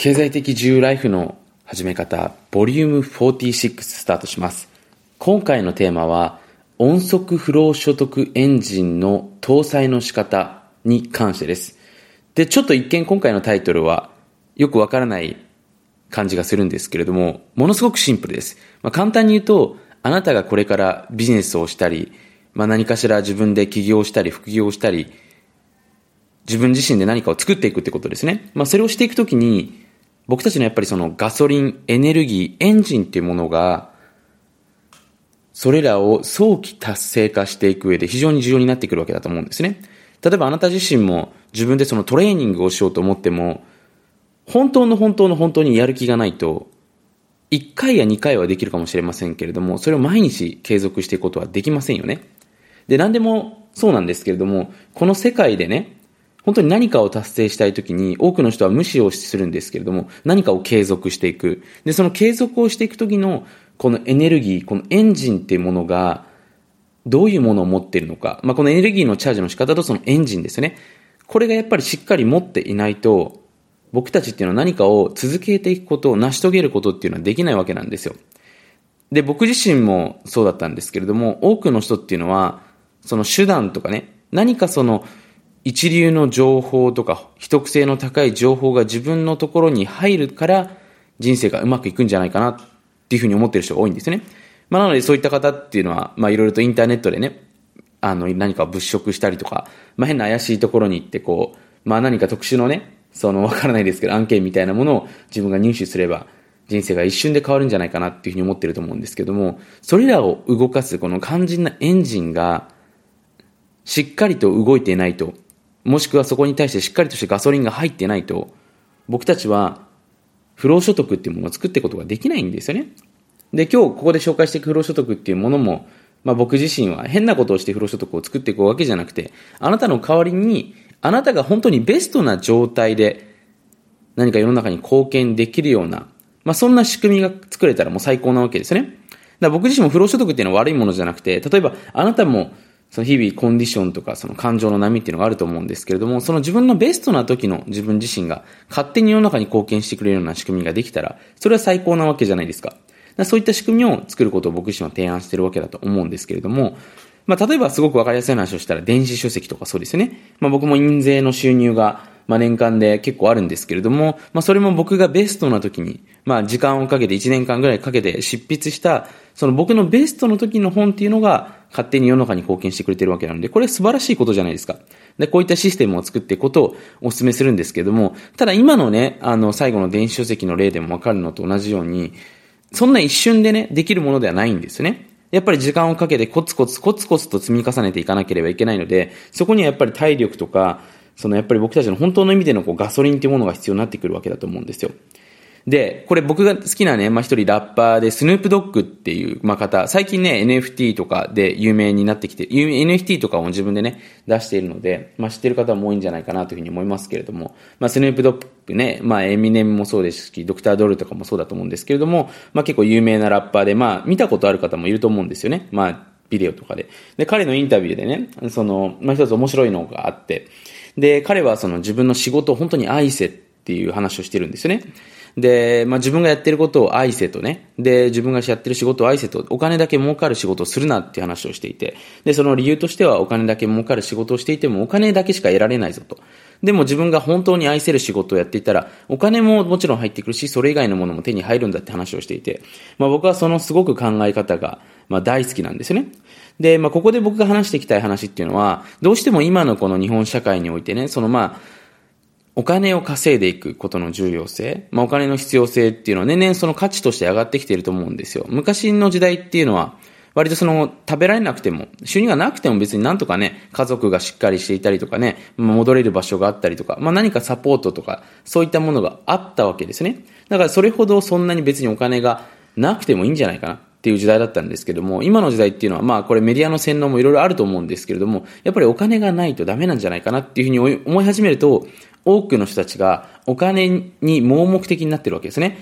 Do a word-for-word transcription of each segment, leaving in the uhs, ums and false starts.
経済的自由ライフの始め方ボリュームよんじゅうろくスタートします。今回のテーマは音速不労所得エンジンの搭載の仕方に関してです。で、ちょっと一見今回のタイトルはよくわからない感じがするんですけれども、ものすごくシンプルです。まあ、簡単に言うと、あなたがこれからビジネスをしたり、まあ、何かしら自分で起業したり副業したり、自分自身で何かを作っていくってことですね。まあ、それをしていくときに、僕たちのやっぱりそのガソリン、エネルギー、エンジンっていうものが、それらを早期達成化していく上で非常に重要になってくるわけだと思うんですね。例えばあなた自身も自分でそのトレーニングをしようと思っても、本当の本当の本当にやる気がないと、いっかいやにかいはできるかもしれませんけれども、それを毎日継続していくことはできませんよね。で、何でもそうなんですけれども、この世界でね、本当に何かを達成したいときに多くの人は無視をするんですけれども、何かを継続していく。で、その継続をしていくときのこのエネルギー、このエンジンっていうものがどういうものを持っているのか。まあ、このエネルギーのチャージの仕方とそのエンジンですよね。これがやっぱりしっかり持っていないと、僕たちっていうのは何かを続けていくことを成し遂げることっていうのはできないわけなんですよ。で、僕自身もそうだったんですけれども、多くの人っていうのは、その手段とかね、何かその一流の情報とか、秘匿性の高い情報が自分のところに入るから、人生がうまくいくんじゃないかなっていうふうに思っている人が多いんですよね。まあ、なのでそういった方っていうのは、まあいろいろとインターネットでね、あの何かを物色したりとか、まあ変な怪しいところに行ってこう、まあ何か特殊のね、そのわからないですけど案件みたいなものを自分が入手すれば人生が一瞬で変わるんじゃないかなっていうふうに思ってると思うんですけども、それらを動かすこの肝心なエンジンがしっかりと動いていないと、もしくはそこに対してしっかりとしてガソリンが入っていないと、僕たちは不労所得っていうものを作っていくことができないんですよね。で、今日ここで紹介していく不労所得っていうものも、まあ僕自身は変なことをして不労所得を作っていくわけじゃなくて、あなたの代わりにあなたが本当にベストな状態で何か世の中に貢献できるような、まあそんな仕組みが作れたらもう最高なわけですね。だから僕自身も不労所得っていうのは悪いものじゃなくて、例えばあなたもその日々コンディションとかその感情の波っていうのがあると思うんですけれども、その自分のベストな時の自分自身が勝手に世の中に貢献してくれるような仕組みができたら、それは最高なわけじゃないですか。だからそういった仕組みを作ることを僕自身は提案しているわけだと思うんですけれども、まあ例えばすごくわかりやすい話をしたら電子書籍とかそうですよね。まあ僕も印税の収入がまあ年間で結構あるんですけれども、まあそれも僕がベストな時に、まあ時間をかけていちねんかんぐらいかけて執筆した、その僕のベストの時の本っていうのが勝手に世の中に貢献してくれてるわけなので、これは素晴らしいことじゃないですか。で、こういったシステムを作っていくことをお勧めするんですけれども、ただ今のね、あの最後の電子書籍の例でもわかるのと同じように、そんな一瞬でね、できるものではないんですよね。やっぱり時間をかけてコツコツコツコツと積み重ねていかなければいけないので、そこにはやっぱり体力とか、そのやっぱり僕たちの本当の意味でのこうガソリンというものが必要になってくるわけだと思うんですよ。で、これ僕が好きなね、まあ一人ラッパーでスヌープドッグっていう、まあ方、最近ね、エヌエフティー とかで有名になってきて、エヌエフティー とかを自分でね、出しているので、まあ知ってる方も多いんじゃないかなというふうに思いますけれども、まあスヌープドッグね、まあエミネムもそうですし、ドクタードルとかもそうだと思うんですけれども、まあ結構有名なラッパーで、まあ見たことある方もいると思うんですよね。まあビデオとかで。で、彼のインタビューでね、その、まあ一つ面白いのがあって、で、彼はその自分の仕事を本当に愛せっていう話をしてるんですよね。で、まあ自分がやってることを愛せとね。で、自分がやってる仕事を愛せと、お金だけ儲かる仕事をするなっていう話をしていて。で、その理由としてはお金だけ儲かる仕事をしていてもお金だけしか得られないぞと。でも自分が本当に愛せる仕事をやっていたら、お金ももちろん入ってくるし、それ以外のものも手に入るんだって話をしていて。まあ僕はそのすごく考え方が、まあ大好きなんですよね。で、まあここで僕が話していきたい話っていうのは、どうしても今のこの日本社会においてね、そのまあ、お金を稼いでいくことの重要性、まあお金の必要性っていうのは年々その価値として上がってきていると思うんですよ。昔の時代っていうのは、割とその食べられなくても、収入がなくても別になんとかね、家族がしっかりしていたりとかね、戻れる場所があったりとか、まあ何かサポートとか、そういったものがあったわけですね。だからそれほどそんなに別にお金がなくてもいいんじゃないかなっていう時代だったんですけども、今の時代っていうのはまあこれメディアの洗脳もいろいろあると思うんですけれども、やっぱりお金がないとダメなんじゃないかなっていうふうに思い始めると、多くの人たちがお金に盲目的になってるわけですね。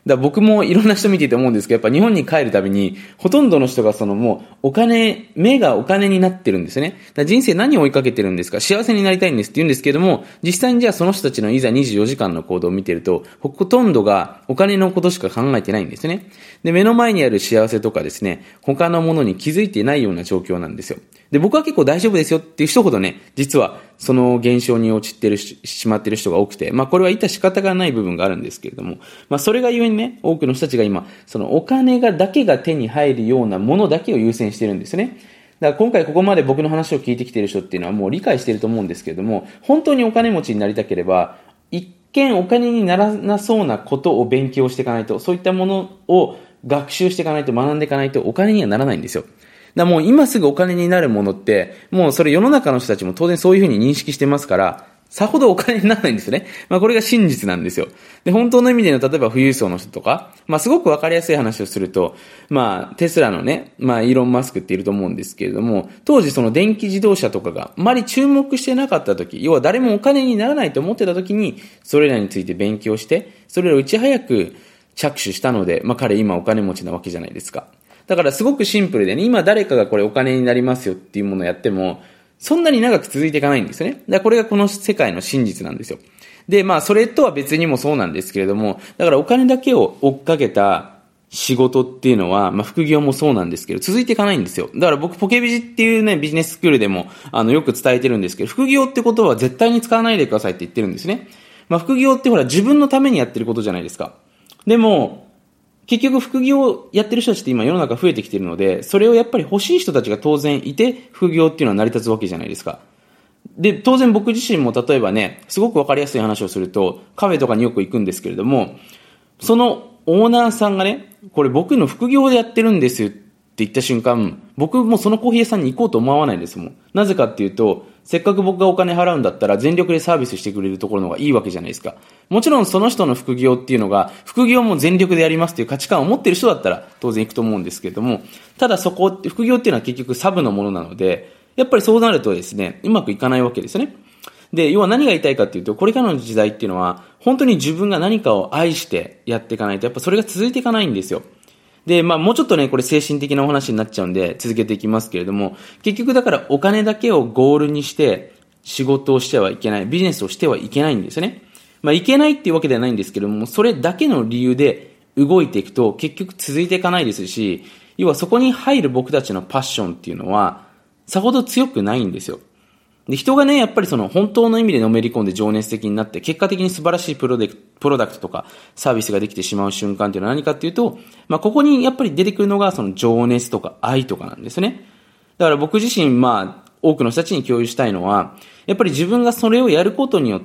だから僕もいろんな人見ていて思うんですけど、やっぱ日本に帰るたびに、ほとんどの人がそのもうお金、目がお金になってるんですよね。だから人生何を追いかけてるんですか、幸せになりたいんですって言うんですけども、実際にじゃあその人たちのいざにじゅうよじかんの行動を見てると、ほとんどがお金のことしか考えてないんですよね。で、目の前にある幸せとかですね、他のものに気づいていないような状況なんですよ。で、僕は結構大丈夫ですよっていう一言ね、実はその現象に陥ってるし、しまってる人が多くて、まあこれは言った仕方がない部分があるんですけれども、まあそれがゆえにね、多くの人たちが今、そのお金がだけが手に入るようなものだけを優先してるんですね。だから今回ここまで僕の話を聞いてきている人っていうのはもう理解していると思うんですけれども、本当にお金持ちになりたければ、一見お金にならなそうなことを勉強していかないと、そういったものを学習していかないと、学んでいかないとお金にはならないんですよ。だからもう今すぐお金になるものって、もうそれ世の中の人たちも当然そういうふうに認識してますから、さほどお金にならないんですよね。まあこれが真実なんですよ。で、本当の意味での例えば富裕層の人とか、まあすごくわかりやすい話をすると、まあテスラのね、まあイーロン・マスクっていると思うんですけれども、当時その電気自動車とかがあまり注目してなかった時、要は誰もお金にならないと思ってた時に、それらについて勉強して、それらをいち早く着手したので、まあ彼今お金持ちなわけじゃないですか。だからすごくシンプルでね、今誰かがこれお金になりますよっていうものをやっても、そんなに長く続いていかないんですよね。だからこれがこの世界の真実なんですよ。で、まあそれとは別にもそうなんですけれども、だからお金だけを追っかけた仕事っていうのは、まあ副業もそうなんですけど、続いていかないんですよ。だから僕ポケビジっていうね、ビジネススクールでも、あの、よく伝えてるんですけど、副業ってことは絶対に使わないでくださいって言ってるんですね。まあ副業ってほら自分のためにやってることじゃないですか。でも、結局副業をやってる人たちって今世の中増えてきているので、それをやっぱり欲しい人たちが当然いて、副業っていうのは成り立つわけじゃないですか。で、当然僕自身も例えばね、すごくわかりやすい話をすると、カフェとかによく行くんですけれども、そのオーナーさんがね、これ僕の副業でやってるんですよって言った瞬間、僕もそのコーヒー屋さんに行こうと思わないですもん。なぜかっていうと、せっかく僕がお金払うんだったら全力でサービスしてくれるところの方がいいわけじゃないですか。もちろんその人の副業っていうのが、副業も全力でやりますっていう価値観を持っている人だったら当然行くと思うんですけれども、ただそこ、副業っていうのは結局サブのものなので、やっぱりそうなるとですね、うまくいかないわけですよね。で、要は何が言いたいかっていうと、これからの時代っていうのは、本当に自分が何かを愛してやっていかないと、やっぱそれが続いていかないんですよ。で、まあもうちょっとね、これ精神的なお話になっちゃうんで続けていきますけれども、結局だからお金だけをゴールにして仕事をしてはいけない、ビジネスをしてはいけないんですよね。まあいけないっていうわけではないんですけども、それだけの理由で動いていくと結局続いていかないですし、要はそこに入る僕たちのパッションっていうのはさほど強くないんですよ。で、人がね、やっぱりその本当の意味でのめり込んで情熱的になって、結果的に素晴らしいプロデクプロダクトとかサービスができてしまう瞬間っていうのは何かっていうと、まあ、ここにやっぱり出てくるのがその情熱とか愛とかなんですね。だから僕自身、まあ、多くの人たちに共有したいのは、やっぱり自分がそれをやることによって、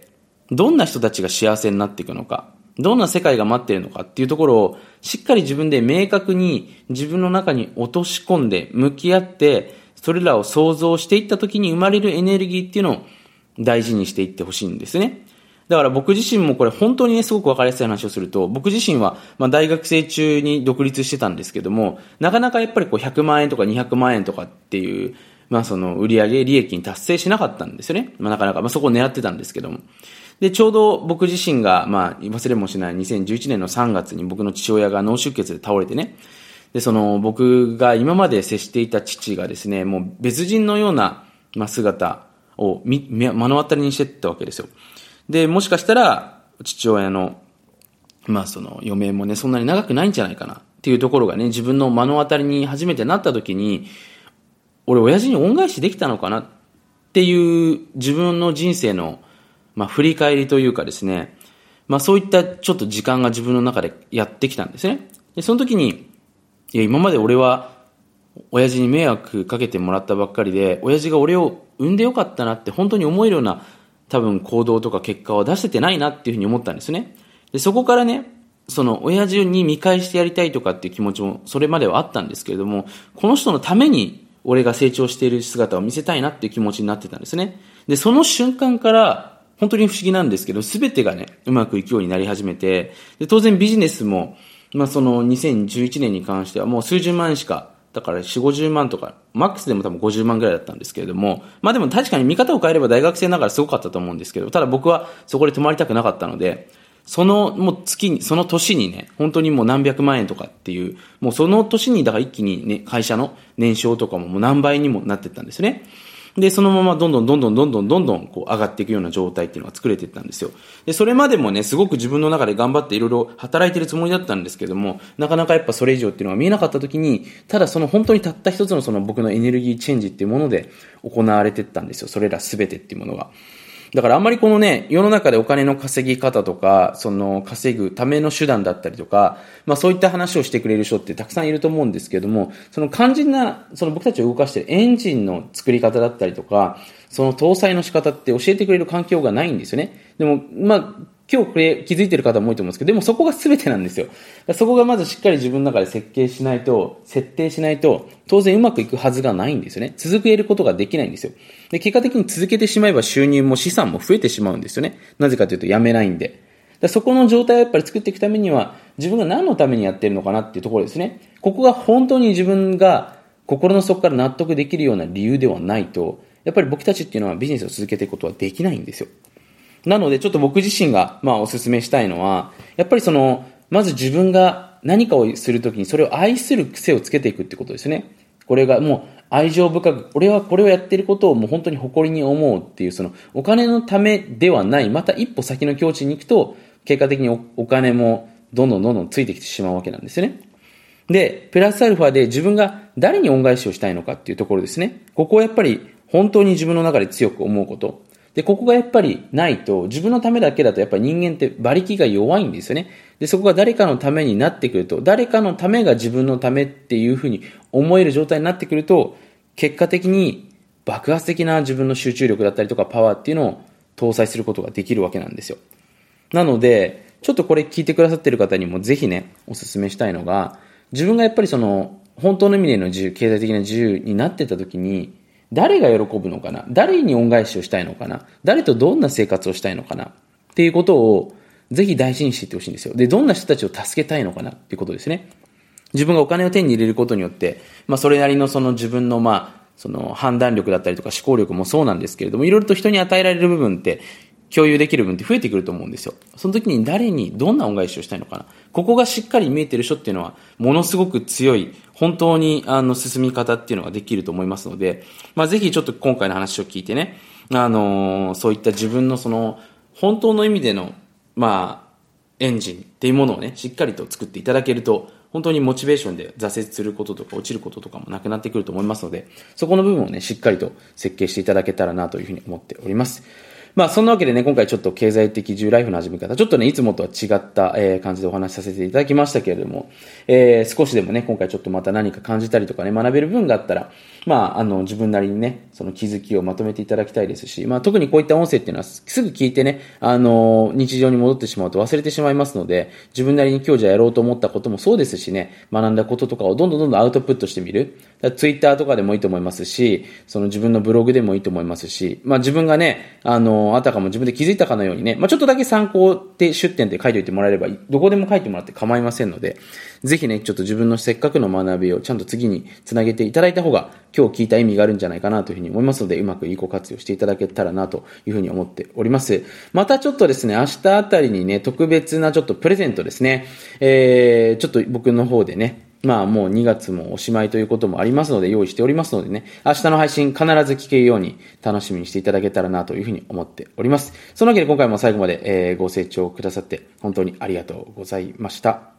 どんな人たちが幸せになっていくのか、どんな世界が待っているのかっていうところを、しっかり自分で明確に自分の中に落とし込んで、向き合って、それらを想像していった時に生まれるエネルギーっていうのを大事にしていってほしいんですね。だから僕自身もこれ本当にね、すごくわかりやすい話をすると、僕自身はまあ大学生中に独立してたんですけども、なかなかやっぱりこうひゃくまんえんとかにひゃくまんえんとかっていう、まあその売上利益に達成しなかったんですよね。まあなかなか、まあそこを狙ってたんですけども。で、ちょうど僕自身が、まあ忘れもしないにせんじゅういちねんのさんがつに僕の父親が脳出血で倒れてね、で、その僕が今まで接していた父がですね、もう別人のような、まあ、姿を目の当たりにしていったわけですよ。で、もしかしたら父親の、まあその余命もね、そんなに長くないんじゃないかなっていうところがね、自分の目の当たりに初めてなった時に、俺親父に恩返しできたのかなっていう自分の人生の、まあ振り返りというかですね、まあそういったちょっと時間が自分の中でやってきたんですね。で、その時に、いや、今まで俺は親父に迷惑かけてもらったばっかりで、親父が俺を産んでよかったなって本当に思えるような多分行動とか結果を出せてないなっていうふうに思ったんですね。で、そこからね、その親父に見返してやりたいとかっていう気持ちもそれまではあったんですけれども、この人のために俺が成長している姿を見せたいなっていう気持ちになってたんですね。で、その瞬間から本当に不思議なんですけど、全てがね、うまくいくようになり始めて、で、当然ビジネスもまあそのにせんじゅういちねんに関してはもう数十万円しか、だからよんじゅう、ごじゅうまんとか、マックスでも多分ごじゅうまんぐらいだったんですけれども、まあでも確かに見方を変えれば大学生ながらすごかったと思うんですけど、ただ僕はそこで止まりたくなかったので、 そのもう月に、その年にね、本当にもう何百万円とかっていう、もうその年にだから一気にね、会社の年商とかももう何倍にもなっていったんですね。で、そのままどんどんどんどんどんどんどんどんこう上がっていくような状態っていうのが作れていったんですよ。で、それまでもね、すごく自分の中で頑張っていろいろ働いてるつもりだったんですけども、なかなかやっぱそれ以上っていうのが見えなかった時に、ただその本当にたった一つのその僕のエネルギーチェンジっていうもので行われていったんですよ。それらすべてっていうものが。だからあんまりこのね、世の中でお金の稼ぎ方とか、その稼ぐための手段だったりとか、まあそういった話をしてくれる人ってたくさんいると思うんですけれども、その肝心な、その僕たちを動かしているエンジンの作り方だったりとか、その搭載の仕方って教えてくれる環境がないんですよね。でも、まあ、今日これ気づいてる方も多いと思うんですけど、でもそこが全てなんですよ。そこがまずしっかり自分の中で設計しないと、設定しないと、当然うまくいくはずがないんですよね。続けることができないんですよ。で、結果的に続けてしまえば収入も資産も増えてしまうんですよね。なぜかというとやめないんで。だそこの状態をやっぱり作っていくためには、自分が何のためにやってるのかなっていうところですね。ここが本当に自分が心の底から納得できるような理由ではないと、やっぱり僕たちっていうのはビジネスを続けていくことはできないんですよ。なのでちょっと僕自身がまあお勧めしたいのは、やっぱりその、まず自分が何かをするときにそれを愛する癖をつけていくってことですね。これがもう愛情深く、俺はこれをやっていることをもう本当に誇りに思うっていう、そのお金のためではない、また一歩先の境地に行くと、結果的に お, お金もどんどんどんどんついてきてしまうわけなんですよね。で、プラスアルファで自分が誰に恩返しをしたいのかっていうところですね。ここをやっぱり本当に自分の中で強く思うこと。で、ここがやっぱりないと、自分のためだけだとやっぱり人間って馬力が弱いんですよね。で、そこが誰かのためになってくると、誰かのためが自分のためっていうふうに思える状態になってくると、結果的に爆発的な自分の集中力だったりとかパワーっていうのを搭載することができるわけなんですよ。なので、ちょっとこれ聞いてくださってる方にもぜひね、お勧めしたいのが、自分がやっぱりその、本当の意味での自由、経済的な自由になってた時に、誰が喜ぶのかな、誰に恩返しをしたいのかな、誰とどんな生活をしたいのかなっていうことをぜひ大事にしていってほしいんですよ。で、どんな人たちを助けたいのかなっていうことですね。自分がお金を手に入れることによって、まあそれなりのその自分のまあその判断力だったりとか思考力もそうなんですけれども、いろいろと人に与えられる部分って共有できる部分って増えてくると思うんですよ。その時に誰にどんな恩返しをしたいのかな。ここがしっかり見えてる人っていうのはものすごく強い、本当にあの進み方っていうのができると思いますので、まあぜひちょっと今回の話を聞いてね、あのー、そういった自分のその本当の意味でのまあエンジンっていうものをね、しっかりと作っていただけると、本当にモチベーションで挫折することとか落ちることとかもなくなってくると思いますので、そこの部分をね、しっかりと設計していただけたらなというふうに思っております。まあそんなわけでね、今回ちょっと経済的自由ライフの始め方、ちょっとね、いつもとは違った、えー、感じでお話しさせていただきましたけれども、えー、少しでもね、今回ちょっとまた何か感じたりとかね、学べる部分があったら、まああの自分なりにね、その気づきをまとめていただきたいですし、まあ特にこういった音声っていうのはすぐ聞いてね、あの日常に戻ってしまうと忘れてしまいますので、自分なりに今日じゃやろうと思ったこともそうですしね、学んだこととかをどんどんどんどんアウトプットしてみる。ツイッターとかでもいいと思いますし、その自分のブログでもいいと思いますし、まあ自分がね、あの、あたかも自分で気づいたかのようにね、まあちょっとだけ参考で出典で書いておいてもらえれば、どこでも書いてもらって構いませんので、ぜひね、ちょっと自分のせっかくの学びをちゃんと次につなげていただいた方が、今日聞いた意味があるんじゃないかなというふうに思いますので、うまく有効活用していただけたらなというふうに思っております。またちょっとですね、明日あたりにね、特別なちょっとプレゼントですね、えー、ちょっと僕の方でね、まあもうにがつもおしまいということもありますので用意しておりますのでね、明日の配信必ず聞けるように楽しみにしていただけたらなというふうに思っております。そのわけで今回も最後まで、えー、ご清聴くださって本当にありがとうございました。